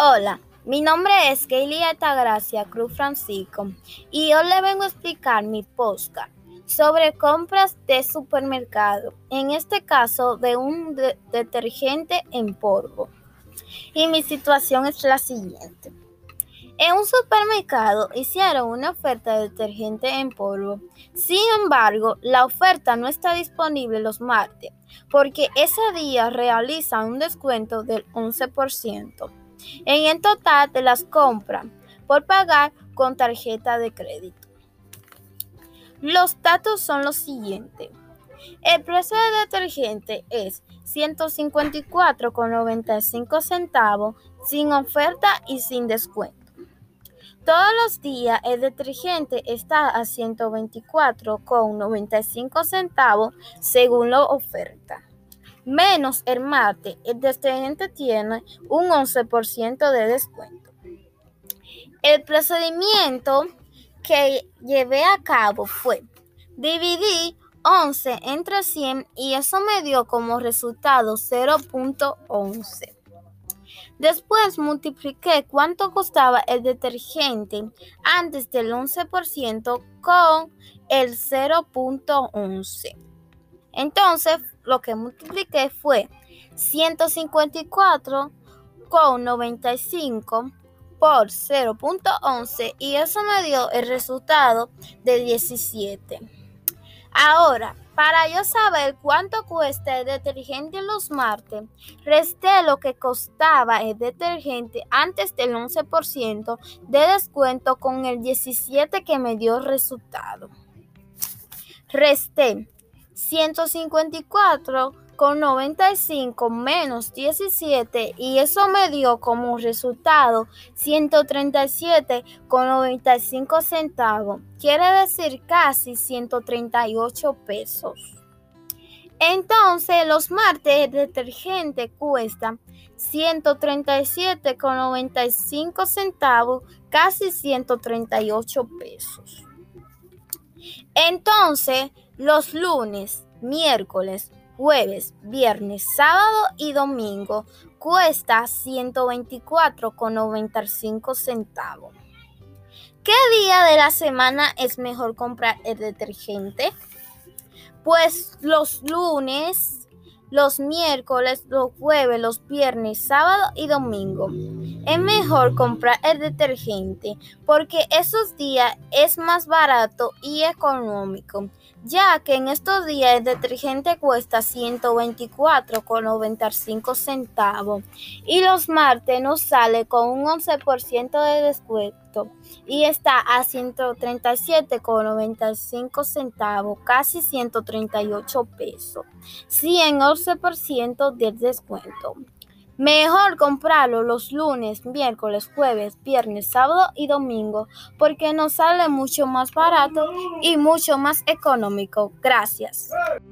Hola, mi nombre es Kaylee Altagracia Cruz Francisco y hoy le vengo a explicar mi podcast sobre compras de supermercado, en este caso de un detergente en polvo. Y mi situación es la siguiente. En un supermercado hicieron una oferta de detergente en polvo. Sin embargo, la oferta no está disponible los martes, porque ese día realizan un descuento del 11% en el total de las compras por pagar con tarjeta de crédito. Los datos son los siguientes. El precio del detergente es 154,95 centavos sin oferta y sin descuento. Todos los días el detergente está a 124,95 centavos según la oferta. Menos el martes, el detergente tiene un 11% de descuento. El procedimiento que llevé a cabo fue dividir 11 entre 100 y eso me dio como resultado 0.11. Después multipliqué cuánto costaba el detergente antes del 11% con el 0.11. Entonces, lo que multipliqué fue 154,95 por 0.11 y eso me dio el resultado de 17. Ahora, para yo saber cuánto cuesta el detergente en los martes, resté lo que costaba el detergente antes del 11% de descuento con el 17 que me dio el resultado. Resté 154,95 menos 17 y eso me dio como resultado 137,95 centavos. Quiere decir casi 138 pesos. Entonces los martes el detergente cuesta 137,95 centavos, casi 138 pesos. Entonces, los lunes, miércoles, jueves, viernes, sábado y domingo cuesta 124,95 centavos. ¿Qué día de la semana es mejor comprar el detergente? Pues los lunes, los miércoles, los jueves, los viernes, sábado y domingo. Es mejor comprar el detergente porque esos días es más barato y económico, ya que en estos días el detergente cuesta 124,95 centavos y los martes nos sale con un 11% de descuento y está a 137,95 centavos, casi 138 pesos, sí, en 11% del descuento. Mejor comprarlo los lunes, miércoles, jueves, viernes, sábado y domingo porque nos sale mucho más barato y mucho más económico. Gracias.